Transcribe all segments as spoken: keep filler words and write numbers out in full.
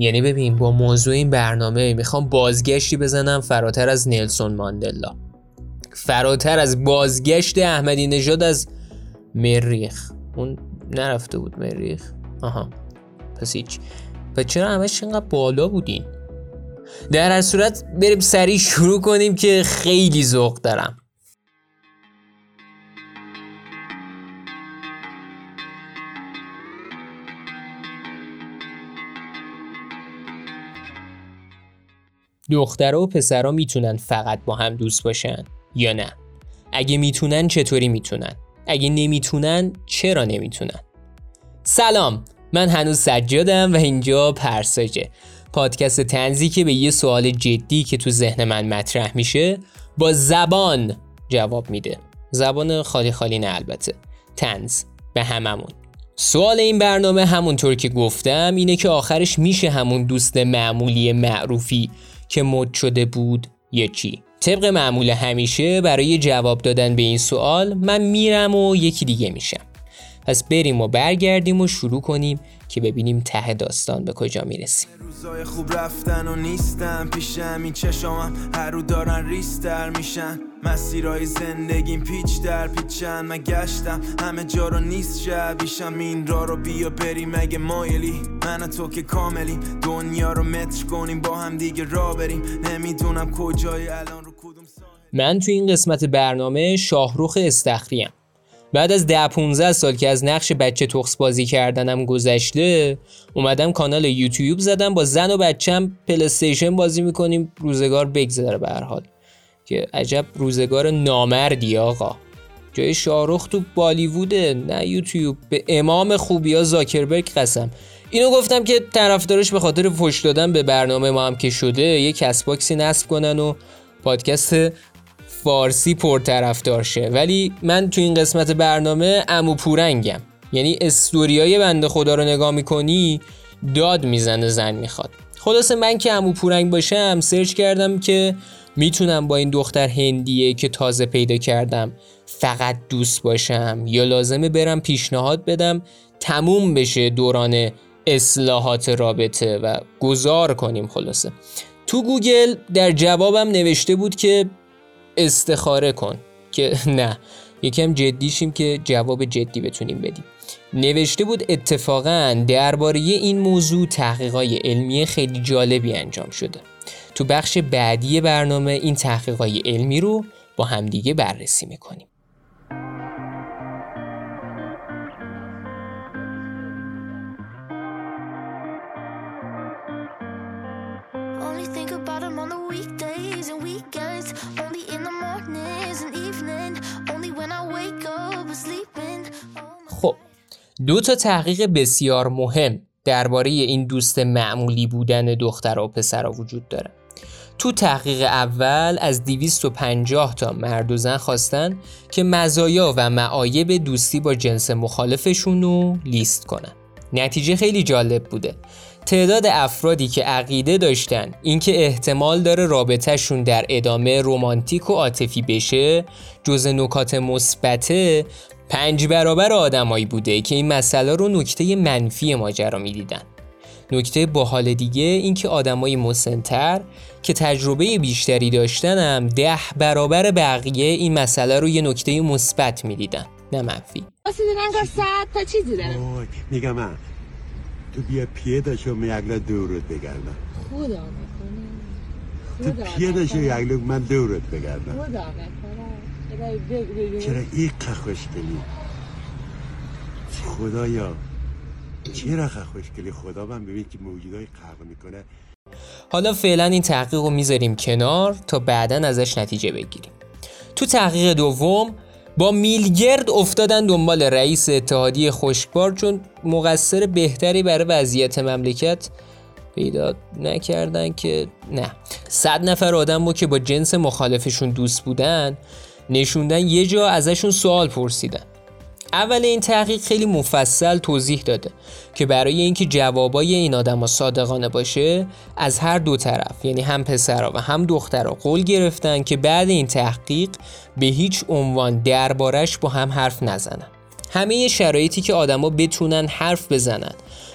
یعنی ببین با موضوع این برنامه میخوام بازگشتی بزنم فراتر از نلسون ماندلا، فراتر از بازگشت احمدی نژاد از مریخ. اون نرفته بود مریخ؟ آها پس هیچ. پس چرا همش اینقدر بالا بودین؟ در هر صورت بریم سریع شروع کنیم که خیلی ذوق دارم. دخترها و پسرها میتونن فقط با هم دوست باشن یا نه؟ اگه میتونن چطوری میتونن؟ اگه نمیتونن چرا نمیتونن؟ سلام، من هنوز سجادم و اینجا پرساجه، پادکست طنزی که به یه سوال جدی که تو ذهن من مطرح میشه با زبان جواب میده. زبان خالی خالی نه، البته طنز به هممون. سوال این برنامه همونطور که گفتم اینه که آخرش میشه همون دوست معمولی معروفی که مد شده بود یا چی؟ طبق معمول همیشه برای جواب دادن به این سوال من میرم و یکی دیگه میشم. پس بریم و برگردیم و شروع کنیم که ببینیم ته داستان به کجا میرسیم. روزای خوب رفتن و نیستم پیشم، این چشامم هر رو دارن ریستر میشن، مسیرهای زندگیم پیچ در پیچن، من گشتم همه جا رو نیست شبیشم، این را رو بیا بریم اگه مایلی، من و تو که کاملیم، دنیا رو متر کنیم با هم دیگه را بریم، نمیدونم کجای الان رو کدوم ساحل. من تو این قسمت برنامه شاهرخ استخریم. بعد از ده پونزده سال که از نقش بچه تخس بازی کردنم گذشته، اومدم کانال یوتیوب زدم، با زن و بچم پلی استیشن بازی میکنیم، روزگار بگذره به هر حال. که عجب روزگار نامردی آقا. جای شاهرخ تو بالیووده نه یوتیوب، به امام خوبیا زاکربرگ قسم. اینو گفتم که طرفدارش به خاطر فحش دادن به برنامه ما هم که شده یه کست باکسی نصب کنن و پادکست فارسی پرطرفدار شه. ولی من تو این قسمت برنامه عمو پورنگم، یعنی استوریای بنده خدا رو نگاه میکنی داد میزنه زن میخواد. خلاصه من که عمو پورنگ باشم سرچ کردم که میتونم با این دختر هندیه که تازه پیدا کردم فقط دوست باشم یا لازمه برم پیشنهاد بدم تموم بشه دوران اصلاحات رابطه و گذار کنیم. خلاصه تو گوگل در جوابم نوشته بود که استخاره کن، که نه یکم جدی شیم که جواب جدی بتونیم بدیم. نوشته بود اتفاقاً درباره این موضوع تحقیقات علمی خیلی جالبی انجام شده. تو بخش بعدی برنامه این تحقیقات علمی رو با همدیگه بررسی میکنیم. خب دو تا تحقیق بسیار مهم درباره این دوست معمولی بودن دختر و پسرها وجود داره. تو تحقیق اول از دویست و پنجاه تا مرد و زن خواستن که مزایا و معایب دوستی با جنس مخالفشون رو لیست کنن. نتیجه خیلی جالب بوده. تعداد افرادی که عقیده داشتن اینکه احتمال داره رابطه‌شون در ادامه رمانتیک و عاطفی بشه جز نکات مثبته پنج برابر آدمایی بوده که این مسئله رو نکته منفی ماجرا می‌دیدن. نکته باحال دیگه این که آدمای مسن‌تر که تجربه بیشتری داشتن هم ده برابر بقیه این مسئله رو یه نکته مثبت می‌دیدن نه منفی. واسه انگار ساعت تا چیزی داره. اوه میگم من تو بیا پیاداشو میگلا دورت بگردم. خدا نکنه. تو پیاداشو یگلا من دورت بگردم. خدا نکنه. چرا این خوشگلی؟ خدایا چرا خوشگلی؟ خدا من ببین که موجودای خلق میکنه. حالا فعلا این تحقیق رو میذاریم کنار تا بعداً ازش نتیجه بگیریم. تو تحقیق دوم با میلگرد افتادن دنبال رئیس اتحادیه خشکبار، چون مقصر بهتری برای وضعیت مملکت پیدا نکردن که نه. صد نفر آدم رو که با جنس مخالفشون دوست بودن نشوندن یه جا، ازشون سوال پرسیدن. اول این تحقیق خیلی مفصل توضیح داده که برای اینکه جوابای این آدم‌ها صادقانه باشه از هر دو طرف، یعنی هم پسرها و هم دخترها، قول گرفتن که بعد این تحقیق به هیچ عنوان دربارش با هم حرف نزنن. همه شرایطی که آدم‌ها بتونن حرف بزنن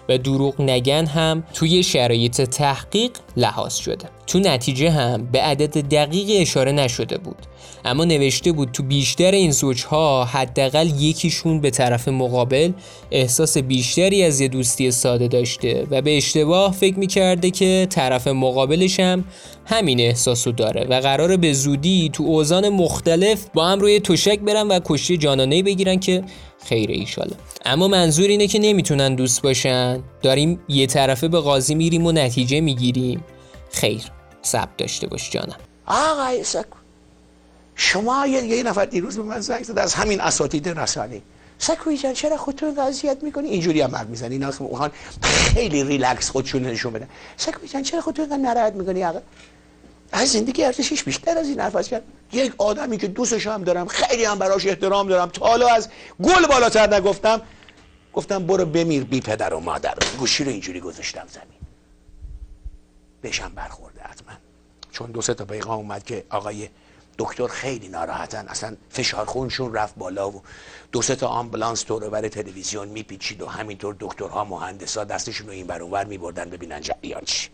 و دروغ نگن هم توی شرایط تحقیق لحاظ شده. تو نتیجه هم به عدد دقیق اشاره نشده بود، اما نوشته بود تو بیشتر این زوجها حداقل یکیشون به طرف مقابل احساس بیشتری از یه دوستی ساده داشته و به اشتباه فکر میکرده که طرف مقابلش هم همین احساسو داره و قراره به زودی تو اوزان مختلف با هم روی تشک برن و کشتی جانانه‌ای بگیرن که خیره ایشالا. اما منظور اینه که نمیتونن دوست باشن، داریم یه طرفه به قاضی میریم و نتیجه میگیریم. خیر، صبر داشته باش جانم. آقای سکو، شما یه, یه نفر دیروز به من زنگ زد از همین اساتید رسانه‌ای. سکوی جان چرا خودتون اذیت میکنی؟ اینجوری هم حرف میزنی. اینا میخوان خیلی ریلکس خودشون نشون بدن. سکوی جان چرا خودتون انقدر ناراحت میکنی آقا؟ از زندگی ارزشش بیشتر از این حرف است. یک آدمی که دوستش هم دارم، خیلی هم براش احترام دارم، تا حالا از گل بالاتر نگفتم، گفتم برو بمیر بی پدر و مادر. گوشی رو اینجوری گذاشتم زمین. بهشم برخورده حتما، چون دو سه تا پیغام اومد که آقای دکتر خیلی ناراحتن، اصلا فشار خونشون رفت بالا و دو سه تا آمبولانس دور و بر تلویزیون میپیچید و همینطور دکترها مهندسا دستشون رو این ور اون ور میبردن ببینن جریان چی.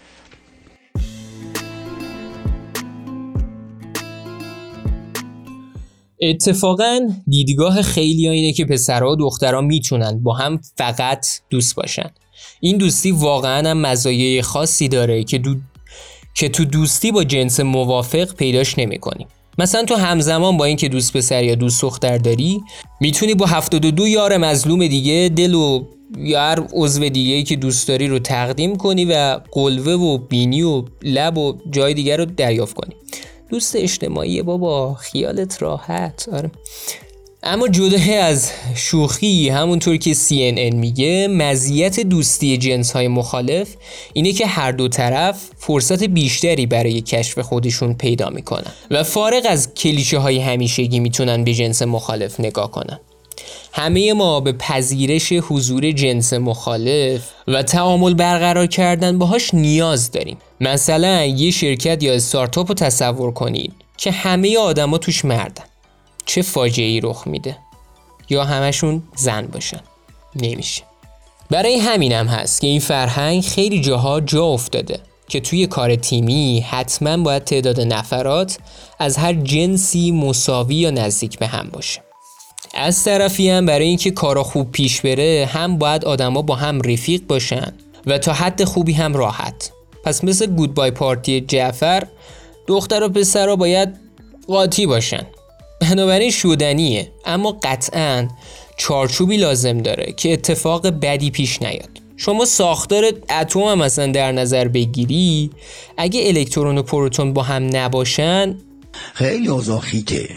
اتفاقاً دیدگاه خیلی ها اینه که پسرها و دخترها میتونن با هم فقط دوست باشن. این دوستی واقعاً هم مزایای خاصی داره که دو... که تو دوستی با جنس موافق پیداش نمی کنیم. مثلا تو همزمان با این که دوست پسر یا دوست دختر داری، میتونی با هفتاد و دو یار مظلوم دیگه دل و یا هر عضو دیگه‌ای که دوست داری رو تقدیم کنی و قلوه و بینی و لب و جای دیگر رو دریافت کنی. دوست اجتماعی بابا، خیالت راحت. آره. اما جدا از شوخی، همونطور که سی ان ان میگه، مزیت دوستی جنس‌های مخالف اینه که هر دو طرف فرصت بیشتری برای کشف خودشون پیدا میکنن و فارغ از کلیشه‌های همیشگی میتونن به جنس مخالف نگاه کنن. همه ما به پذیرش حضور جنس مخالف و تعامل برقرار کردن باهاش نیاز داریم. مثلا یه شرکت یا استارتاپ رو تصور کنید که همه آدما توش مردن. چه فاجعه‌ای رخ میده؟ یا همشون زن باشن؟ نمیشه. برای همینم هست که این فرهنگ خیلی جاها جا افتاده که توی کار تیمی حتما باید تعداد نفرات از هر جنسی مساوی یا نزدیک به هم باشه. از طرفی هم برای اینکه کارا خوب پیش بره، هم باید آدما با هم رفیق باشن و تا حد خوبی هم راحت. پس مثل گودبای پارتی جعفر، دختر و پسرها باید قاطی باشن. بنابراین شدنیه، اما قطعاً چارچوبی لازم داره که اتفاق بدی پیش نیاد. شما ساختار اتم هم مثلا در نظر بگیری، اگه الکترون و پروتون با هم نباشن خیلی اوضاع خیته.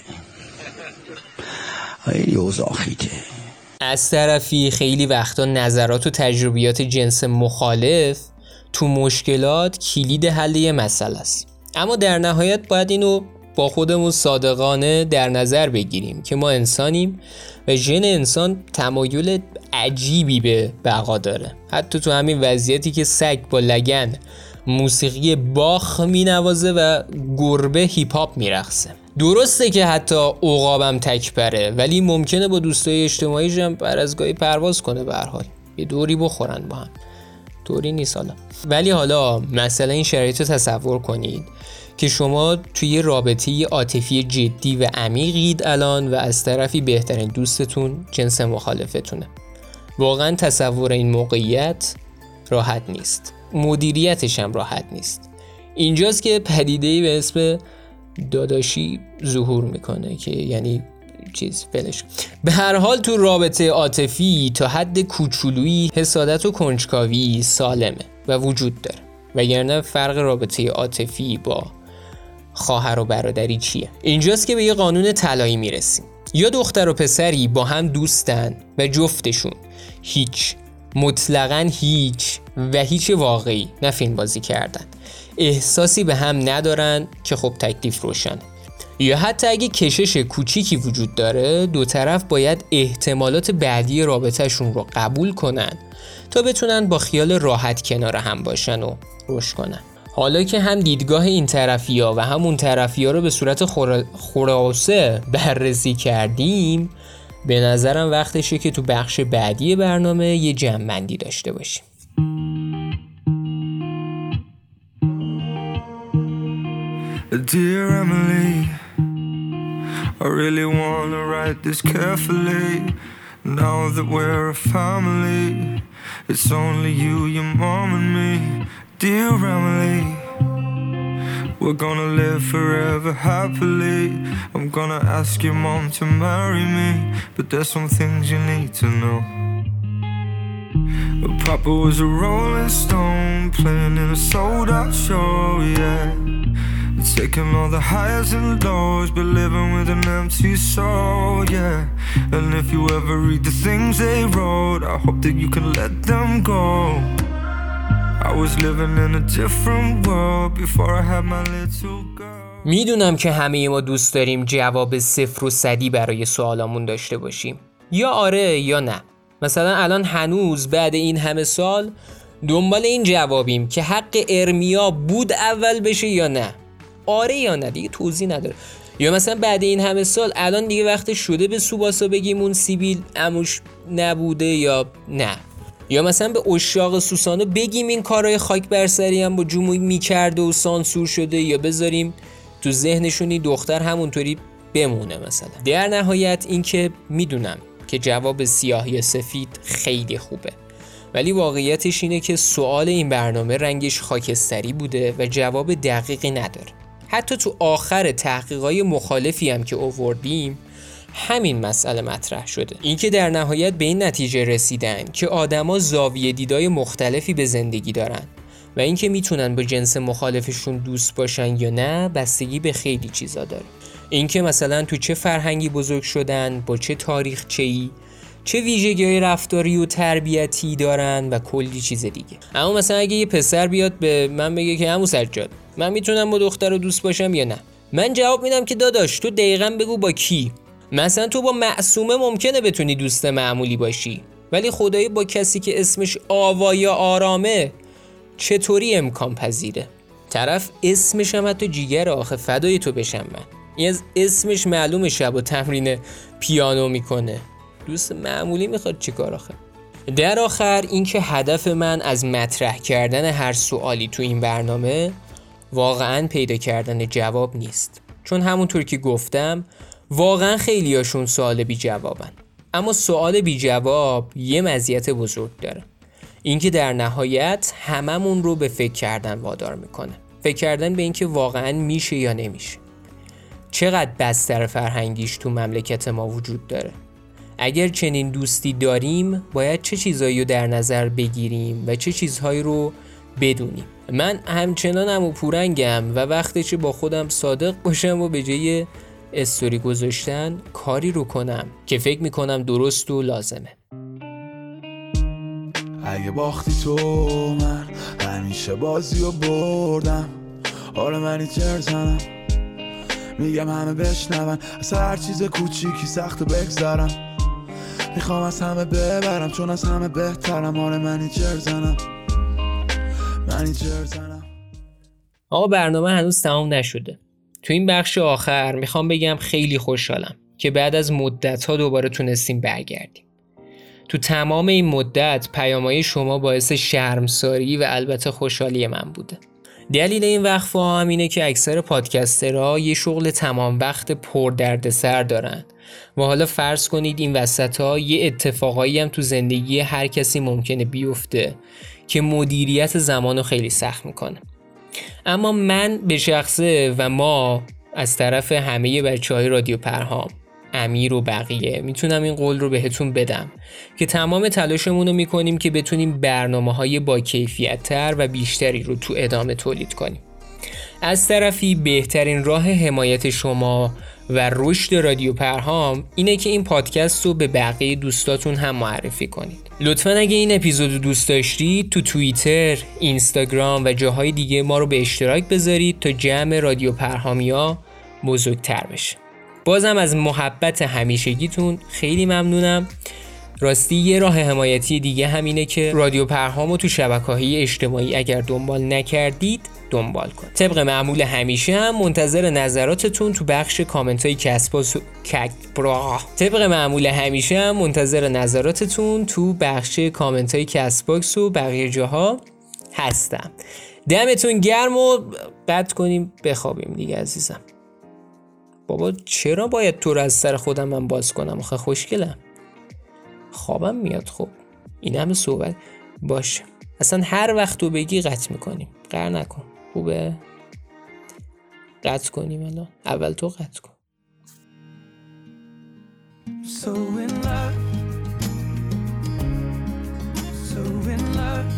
خیلی اوضاع خیته. از طرفی خیلی وقتا نظرات و تجربیات جنس مخالف تو مشکلات کلید حل یه مسئله است. اما در نهایت باید اینو با خودمون صادقانه در نظر بگیریم که ما انسانیم و ژن انسان تمایل عجیبی به بقا داره. حتی تو همین وضعیتی که سگ با لگن موسیقی باخ می نوازه و گربه هیپ هاپ می رقصه. درسته که حتی عقابم تکبره، ولی ممکنه با دوستای اجتماعیش هم بر از گاهی پرواز کنه. به هر حال یه دوری بخورن با هم، دوری نیست حالا. ولی حالا مثلا این شرایط رو تصور کنید که شما توی رابطه عاطفی جدی و عمیقید الان و از طرفی بهترین دوستتون جنس مخالفتونه. واقعا تصور این موقعیت راحت نیست، مدیریتش هم راحت نیست. اینجاست که پدیده‌ای به اسم داداشی ظهور میکنه که یعنی چیز فلش. به هر حال تو رابطه عاطفی تا حد کوچولویی حسادت و کنجکاوی سالمه و وجود داره، وگرنه فرق رابطه عاطفی با خواهر و برادری چیه؟ اینجاست که به یه قانون طلایی میرسیم. یا دختر و پسری با هم دوستن و جفتشون هیچ، مطلقاً هیچ و هیچ واقعی، نه فیلم بازی کردن، احساسی به هم ندارن که خب تکلیف روشن. یا حتی اگه کشش کوچیکی وجود داره، دو طرف باید احتمالات بعدی رابطهشون رو قبول کنن تا بتونن با خیال راحت کنار هم باشن و رشد کنن. حالا که هم دیدگاه این طرفیا و هم اون طرفیا رو به صورت خلاصه بررسی کردیم، به نظرم وقتشه که تو بخش بعدی برنامه یه جمع‌بندی داشته باشیم. Dear Emily, I really wanna write this carefully. Now that we're a family, it's only you, your mom and me. Dear Emily, we're gonna live forever happily. I'm gonna ask your mom to marry me, but there's some things you need to know. Papa was a rolling stone, playing in a sold out show, yeah. Taking all the highs and lows, but living with an empty soul, yeah. And if you ever read the things they wrote, I hope that you can let them go. I was living in a different world before I had my little girl. میدونم که همه ما دوست داریم جواب صفر و صدی برای سوالامون داشته باشیم. یا آره یا نه. مثلا الان هنوز بعد این همه سال دنبال این جوابیم که حق ارمیا بود اول بشه یا نه. آره یا نه، دیگه توضیح نداره. یا مثلا بعد این همه سال الان دیگه وقت شده به سوباسا بگیم اون سیبیل عموش نبوده یا نه. یا مثلا به عشاق سوسانو بگیم این کارهای خاک برسری هم با جموعی میکرده و سانسور شده، یا بذاریم تو ذهنشونی دختر همونطوری بمونه مثلا. در نهایت این که میدونم که جواب سیاه یا سفید خیلی خوبه، ولی واقعیتش اینه که سوال این برنامه رنگش خاکستری بوده و جواب دقیقی نداره. حتی تو آخر تحقیقای مخالفی هم که آوردیم همین مسئله مطرح شده. این که در نهایت به این نتیجه رسیدن که آدما زاویه دیدای مختلفی به زندگی دارن و اینکه میتونن با جنس مخالفشون دوست باشن یا نه بستگی به خیلی چیزا داره. اینکه مثلا تو چه فرهنگی بزرگ شدن، با چه تاریخچه‌ای، چه ویژگی‌های رفتاری و تربیتی دارن و کلی چیز دیگه. اما مثلا اگه یه پسر بیاد به من بگه که عمو سجاد من میتونم با دختر رو دوست باشم یا نه، من جواب میدم که داداش تو دقیقاً بگو با کی. مثلا تو با معصومه ممکنه بتونی دوست معمولی باشی، ولی خدایی با کسی که اسمش آوا یا آرامه چطوری امکان پذیره؟ طرف اسمش هم حتی جیگر آخه فدای تو بشم من. این از اسمش معلومه شب و تمرین پیانو میکنه. دوست معمولی میخواد چیکار آخه؟ در آخر این که هدف من از مطرح کردن هر سوالی تو این برنامه واقعاً پیدا کردن جواب نیست، چون همونطور که گفتم واقعاً خیلیاشون سوال بی جوابن. اما سوال بی جواب یه مزیت بزرگ داره، این که در نهایت هممون رو به فکر کردن وادار میکنه. فکر کردن به این که واقعاً میشه یا نمیشه. چقدر بستر فرهنگیش تو مملکت ما وجود داره. اگر چنین دوستی داریم باید چه چیزایی رو در نظر بگیریم و چه چیزهایی رو بدونیم. من همچنان عمو پورنگم و وقتشه با خودم صادق باشم و به جای استوری گذاشتن کاری رو کنم که فکر میکنم درست و لازمه. اگه باختی تو من همیشه بازی رو بردم، حالا منی ترزنم میگم همه بشنون، از هر چیز کوچیکی سخت بگذرم، میخوام از همه ببرم چون از همه بهترم، حالا منی ترزنم منی ترزنم. آقا برنامه هنوز تمام نشده. تو این بخش آخر میخوام بگم خیلی خوشحالم که بعد از مدت‌ها دوباره تونستیم برگردیم. تو تمام این مدت پیام‌های شما باعث شرمساری و البته خوشحالی من بوده. دلیل این وقفه ها هم اینه که اکثر پادکسترها یه شغل تمام وقت پر دردسر دارن و حالا فرض کنید این وسط‌ها یه اتفاقایی هم تو زندگی هر کسی ممکنه بیفته که مدیریت زمانو خیلی سخت میکنه. اما من به شخصه و ما از طرف همه بچه‌های رادیو پرهام، امیر و بقیه میتونم این قول رو بهتون بدم که تمام تلاشمون رو میکنیم که بتونیم برنامه‌های با کیفیت‌تر و بیشتری رو تو ادامه تولید کنیم. از طرفی بهترین راه حمایت شما و رشد رادیو پرهام اینه که این پادکست رو به بقیه دوستاتون هم معرفی کنید. لطفاً اگه این اپیزود رو دوست داشتید تو توییتر، اینستاگرام و جاهای دیگه ما رو به اشتراک بذارید تا جمع رادیو پرهامیا بزرگتر بشه. بازم از محبت همیشگیتون خیلی ممنونم راستی یه راه حمایتی دیگه همینه که رادیو پرهامو تو شبکه‌های اجتماعی اگر دنبال نکردید دنبال کن. طبق معمول همیشه هم منتظر نظراتتون تو بخش کامنت‌های کسباس و ککبرا. طبق معمول همیشه هم منتظر نظراتتون تو بخش کامنت‌های کسباکس و بقیه جاها هستم. دمتون گرم و قطع کنیم بخوابیم دیگه عزیزم. بابا چرا باید تو رو از سر خودم من باز کنم؟ آخه خوشگلم، خوابم میاد. خب این همه صحبت باشه، اصلا هر وقت تو بگی قطع میکنیم. قهر نکن، خوبه؟ قطع کنیم الان. اول تو قطع کن. So in love, so in love.